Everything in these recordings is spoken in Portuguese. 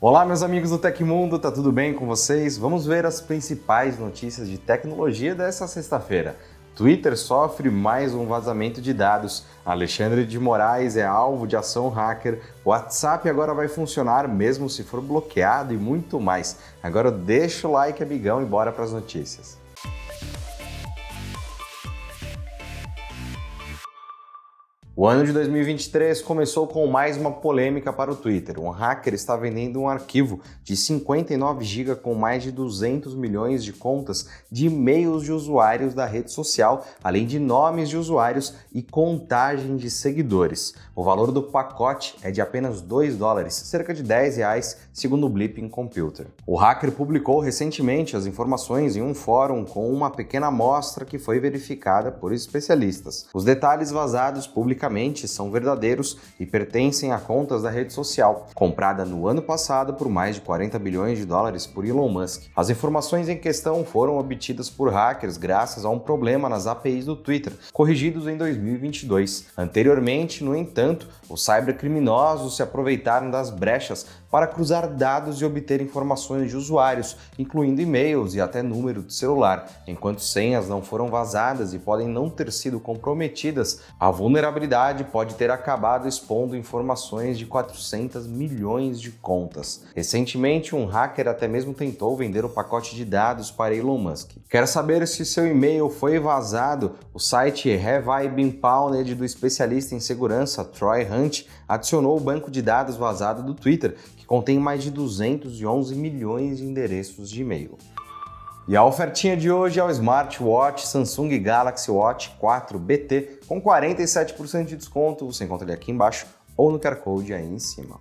Olá, meus amigos do Tecmundo, tá tudo bem com vocês? Vamos ver as principais notícias de tecnologia dessa sexta-feira. Twitter sofre mais um vazamento de dados, Alexandre de Moraes é alvo de ação hacker, WhatsApp agora vai funcionar mesmo se for bloqueado e muito mais. Agora deixa o like, amigão, e bora para as notícias. O ano de 2023 começou com mais uma polêmica para o Twitter. Um hacker está vendendo um arquivo de 59 GB com mais de 200 milhões de contas de e-mails de usuários da rede social, além de nomes de usuários e contagem de seguidores. O valor do pacote é de apenas $2, cerca de R$10, segundo o Bleeping Computer. O hacker publicou recentemente as informações em um fórum com uma pequena amostra que foi verificada por especialistas. Os detalhes vazados publicamente são verdadeiros e pertencem a contas da rede social, comprada no ano passado por mais de $40 bilhões por Elon Musk. As informações em questão foram obtidas por hackers graças a um problema nas APIs do Twitter, corrigidos em 2022. Anteriormente, no entanto, os cybercriminosos se aproveitaram das brechas para cruzar dados e obter informações de usuários, incluindo e-mails e até número de celular. Enquanto senhas não foram vazadas e podem não ter sido comprometidas, a vulnerabilidade pode ter acabado expondo informações de 400 milhões de contas. Recentemente, um hacker até mesmo tentou vender o pacote de dados para Elon Musk. Quer saber se seu e-mail foi vazado? O site Have I Been Pwned do especialista em segurança Troy Hunt adicionou o banco de dados vazado do Twitter, que contém mais de 211 milhões de endereços de e-mail. E a ofertinha de hoje é o smartwatch Samsung Galaxy Watch 4 BT com 47% de desconto. Você encontra ele aqui embaixo ou no QR Code aí em cima.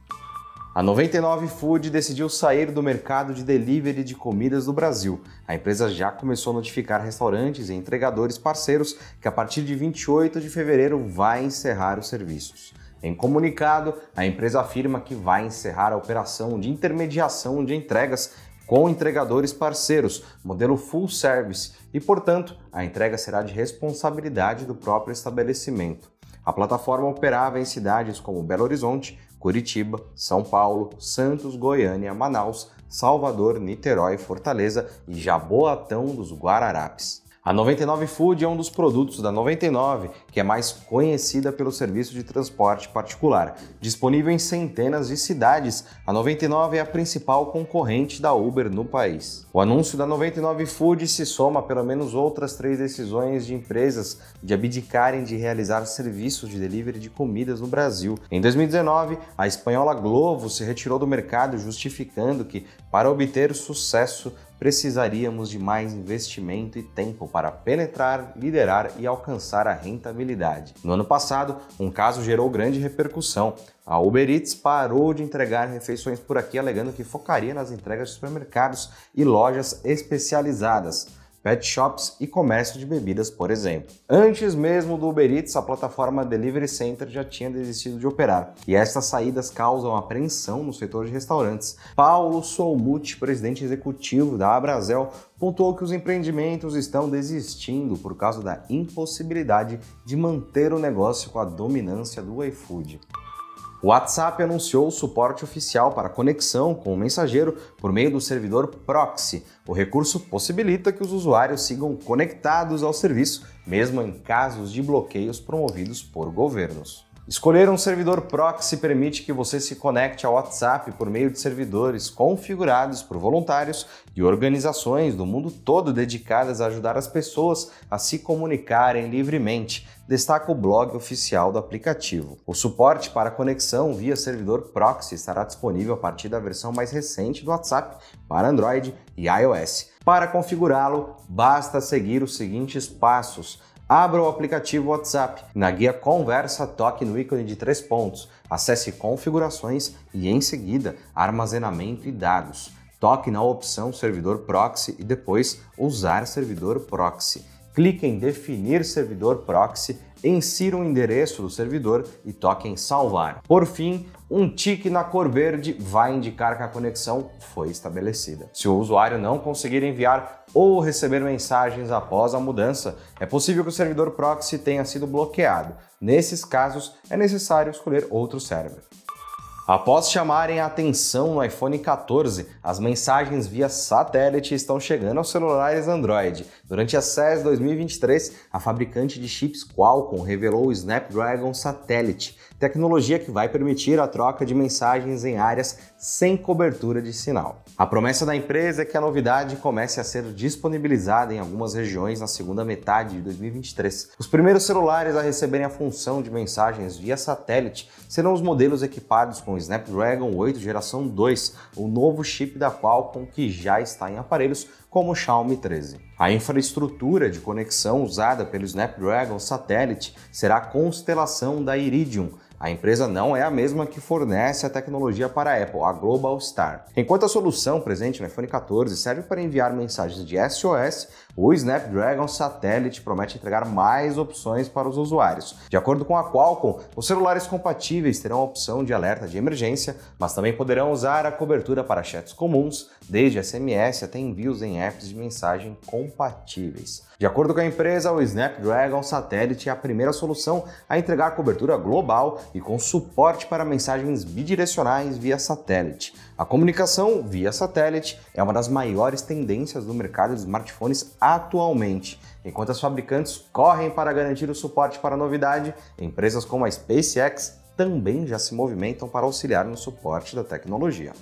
A 99 Food decidiu sair do mercado de delivery de comidas do Brasil. A empresa já começou a notificar restaurantes e entregadores parceiros que a partir de 28 de fevereiro vai encerrar os serviços. Em comunicado, a empresa afirma que vai encerrar a operação de intermediação de entregas com entregadores parceiros, modelo full service, e, portanto, a entrega será de responsabilidade do próprio estabelecimento. A plataforma operava em cidades como Belo Horizonte, Curitiba, São Paulo, Santos, Goiânia, Manaus, Salvador, Niterói, Fortaleza e Jaboatão dos Guararapes. A 99 Food é um dos produtos da 99 que é mais conhecida pelo serviço de transporte particular. Disponível em centenas de cidades, a 99 é a principal concorrente da Uber no país. O anúncio da 99 Food se soma a pelo menos outras 3 decisões de empresas de abdicarem de realizar serviços de delivery de comidas no Brasil. Em 2019, a espanhola Glovo se retirou do mercado justificando que, para obter sucesso, precisaríamos de mais investimento e tempo para penetrar, liderar e alcançar a rentabilidade. No ano passado, um caso gerou grande repercussão. A Uber Eats parou de entregar refeições por aqui, alegando que focaria nas entregas de supermercados e lojas especializadas, pet shops e comércio de bebidas, por exemplo. Antes mesmo do Uber Eats, a plataforma Delivery Center já tinha desistido de operar, e estas saídas causam apreensão no setor de restaurantes. Paulo Solmuth, presidente executivo da Abrazel, pontuou que os empreendimentos estão desistindo por causa da impossibilidade de manter o negócio com a dominância do iFood. O WhatsApp anunciou o suporte oficial para conexão com o mensageiro por meio do servidor Proxy. O recurso possibilita que os usuários sigam conectados ao serviço, mesmo em casos de bloqueios promovidos por governos. Escolher um servidor proxy permite que você se conecte ao WhatsApp por meio de servidores configurados por voluntários e organizações do mundo todo dedicadas a ajudar as pessoas a se comunicarem livremente, destaca o blog oficial do aplicativo. O suporte para conexão via servidor proxy estará disponível a partir da versão mais recente do WhatsApp para Android e iOS. Para configurá-lo, basta seguir os seguintes passos. Abra o aplicativo WhatsApp. Na guia Conversa, toque no ícone de 3 pontos. Acesse Configurações e, em seguida, Armazenamento e Dados. Toque na opção Servidor Proxy e depois Usar Servidor Proxy. Clique em Definir Servidor Proxy, insira o endereço do servidor e toque em Salvar. Por fim, um tique na cor verde vai indicar que a conexão foi estabelecida. Se o usuário não conseguir enviar ou receber mensagens após a mudança, é possível que o servidor proxy tenha sido bloqueado. Nesses casos, é necessário escolher outro server. Após chamarem a atenção no iPhone 14, as mensagens via satélite estão chegando aos celulares Android. Durante a CES 2023, a fabricante de chips Qualcomm revelou o Snapdragon Satellite, tecnologia que vai permitir a troca de mensagens em áreas sem cobertura de sinal. A promessa da empresa é que a novidade comece a ser disponibilizada em algumas regiões na segunda metade de 2023. Os primeiros celulares a receberem a função de mensagens via satélite serão os modelos equipados com o Snapdragon 8 geração 2, o novo chip da Qualcomm que já está em aparelhos como o Xiaomi 13. A infraestrutura de conexão usada pelo Snapdragon Satellite será a constelação da Iridium. A empresa não é a mesma que fornece a tecnologia para a Apple, a Globalstar. Enquanto a solução presente no iPhone 14 serve para enviar mensagens de SOS, o Snapdragon Satellite promete entregar mais opções para os usuários. De acordo com a Qualcomm, os celulares compatíveis terão a opção de alerta de emergência, mas também poderão usar a cobertura para chats comuns, desde SMS até envios em apps de mensagem compatíveis. De acordo com a empresa, o Snapdragon Satellite é a primeira solução a entregar cobertura global e com suporte para mensagens bidirecionais via satélite. A comunicação via satélite é uma das maiores tendências do mercado de smartphones atualmente. Enquanto as fabricantes correm para garantir o suporte para a novidade, empresas como a SpaceX também já se movimentam para auxiliar no suporte da tecnologia.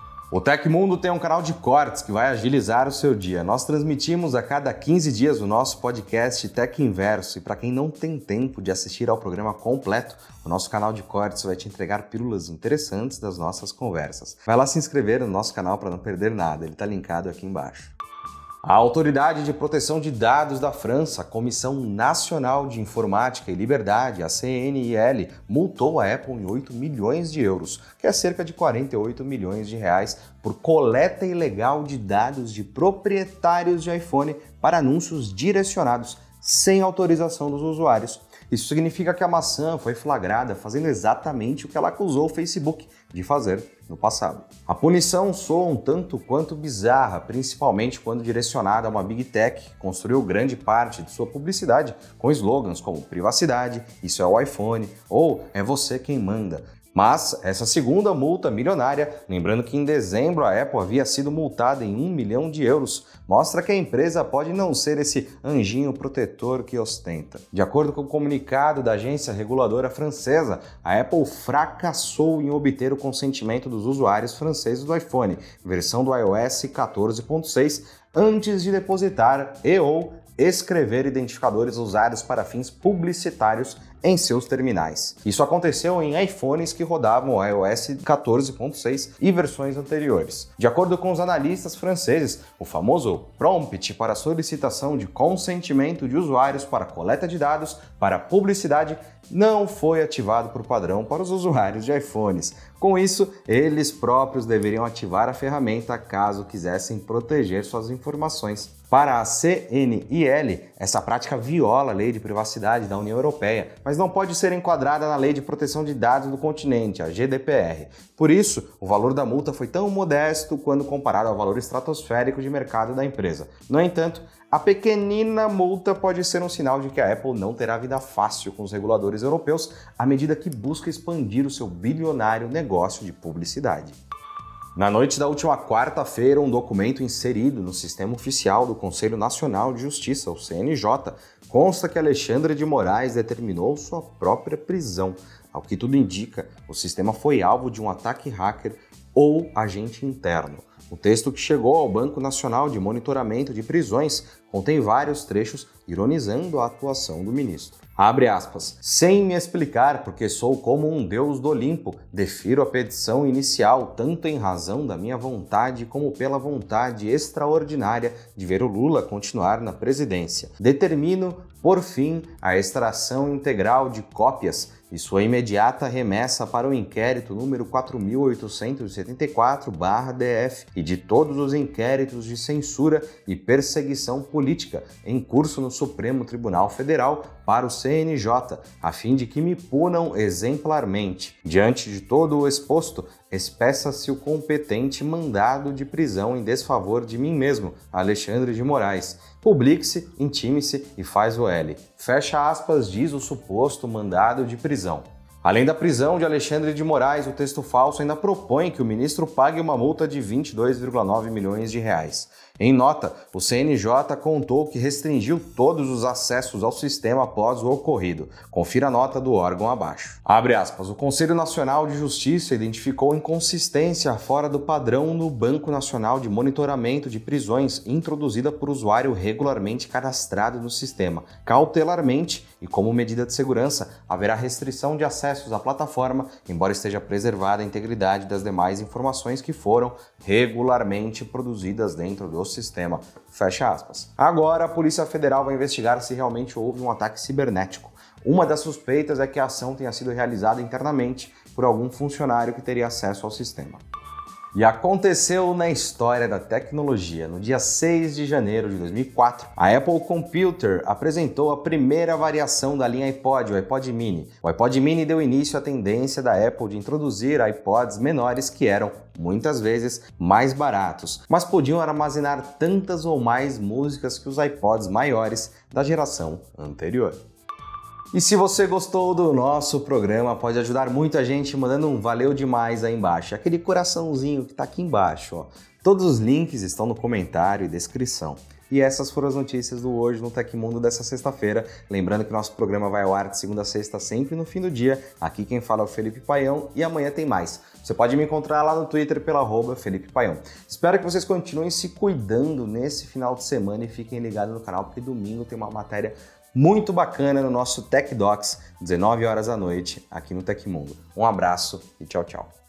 O Tecmundo tem um canal de cortes que vai agilizar o seu dia. Nós transmitimos a cada 15 dias o nosso podcast Tech Inverso e para quem não tem tempo de assistir ao programa completo, o nosso canal de cortes vai te entregar pílulas interessantes das nossas conversas. Vai lá se inscrever no nosso canal para não perder nada, ele está linkado aqui embaixo. A Autoridade de Proteção de Dados da França, a Comissão Nacional de Informática e Liberdade, a CNIL, multou a Apple em 8 milhões de euros, que é cerca de 48 milhões de reais, por coleta ilegal de dados de proprietários de iPhone para anúncios direcionados sem autorização dos usuários. Isso significa que a maçã foi flagrada fazendo exatamente o que ela acusou o Facebook de fazer no passado. A punição soa um tanto quanto bizarra, principalmente quando direcionada a uma Big Tech que construiu grande parte de sua publicidade com slogans como privacidade, isso é o iPhone ou é você quem manda. Mas essa segunda multa milionária, lembrando que em dezembro a Apple havia sido multada em 1 milhão de euros, mostra que a empresa pode não ser esse anjinho protetor que ostenta. De acordo com o comunicado da agência reguladora francesa, a Apple fracassou em obter o consentimento dos usuários franceses do iPhone, versão do iOS 14.6, antes de depositar ou escrever identificadores usados para fins publicitários em seus terminais. Isso aconteceu em iPhones que rodavam o iOS 14.6 e versões anteriores. De acordo com os analistas franceses, o famoso prompt para solicitação de consentimento de usuários para coleta de dados para publicidade não foi ativado por padrão para os usuários de iPhones. Com isso, eles próprios deveriam ativar a ferramenta caso quisessem proteger suas informações. Para a CNIL, essa prática viola a Lei de Privacidade da União Europeia, mas não pode ser enquadrada na Lei de Proteção de Dados do Continente, a GDPR. Por isso, o valor da multa foi tão modesto quando comparado ao valor estratosférico de mercado da empresa. No entanto, a pequenina multa pode ser um sinal de que a Apple não terá vida fácil com os reguladores europeus à medida que busca expandir o seu bilionário negócio de publicidade. Na noite da última quarta-feira, um documento inserido no sistema oficial do Conselho Nacional de Justiça, o CNJ, consta que Alexandre de Moraes determinou sua própria prisão. Ao que tudo indica, o sistema foi alvo de um ataque hacker ou agente interno. O texto que chegou ao Banco Nacional de Monitoramento de Prisões contém vários trechos ironizando a atuação do ministro. Abre aspas. Sem me explicar porque sou como um deus do Olimpo, defiro a petição inicial tanto em razão da minha vontade como pela vontade extraordinária de ver o Lula continuar na presidência. Determino, por fim, a extração integral de cópias e sua imediata remessa para o inquérito número 4.874/DF e de todos os inquéritos de censura e perseguição política em curso no Supremo Tribunal Federal para o CNJ, a fim de que me punam exemplarmente. Diante de todo o exposto, espeça-se o competente mandado de prisão em desfavor de mim mesmo, Alexandre de Moraes. Publique-se, intime-se e faz o L. Fecha aspas, diz o suposto mandado de prisão. Além da prisão de Alexandre de Moraes, o texto falso ainda propõe que o ministro pague uma multa de 22,9 milhões de reais. Em nota, o CNJ contou que restringiu todos os acessos ao sistema após o ocorrido. Confira a nota do órgão abaixo. Abre aspas. O Conselho Nacional de Justiça identificou inconsistência fora do padrão no Banco Nacional de Monitoramento de Prisões introduzida por usuário regularmente cadastrado no sistema. Cautelarmente e como medida de segurança, haverá restrição de acessos à plataforma, embora esteja preservada a integridade das demais informações que foram regularmente produzidas dentro do sistema. Fecha aspas. Agora, a Polícia Federal vai investigar se realmente houve um ataque cibernético. Uma das suspeitas é que a ação tenha sido realizada internamente por algum funcionário que teria acesso ao sistema. E aconteceu na história da tecnologia. No dia 6 de janeiro de 2004, a Apple Computer apresentou a primeira variação da linha iPod, o iPod Mini. O iPod Mini deu início à tendência da Apple de introduzir iPods menores que eram, muitas vezes, mais baratos, mas podiam armazenar tantas ou mais músicas que os iPods maiores da geração anterior. E se você gostou do nosso programa, pode ajudar muita gente mandando um valeu demais aí embaixo. Aquele coraçãozinho que tá aqui embaixo, ó. Todos os links estão no comentário e descrição. E essas foram as notícias do Hoje no Tecmundo dessa sexta-feira. Lembrando que nosso programa vai ao ar de segunda a sexta, sempre no fim do dia. Aqui quem fala é o Felipe Paião e amanhã tem mais. Você pode me encontrar lá no Twitter pela @Felipe Paião. Espero que vocês continuem se cuidando nesse final de semana e fiquem ligados no canal, porque domingo tem uma matéria muito bacana no nosso Tech Docs, 19 horas da noite, aqui no Tecmundo. Um abraço e tchau, tchau.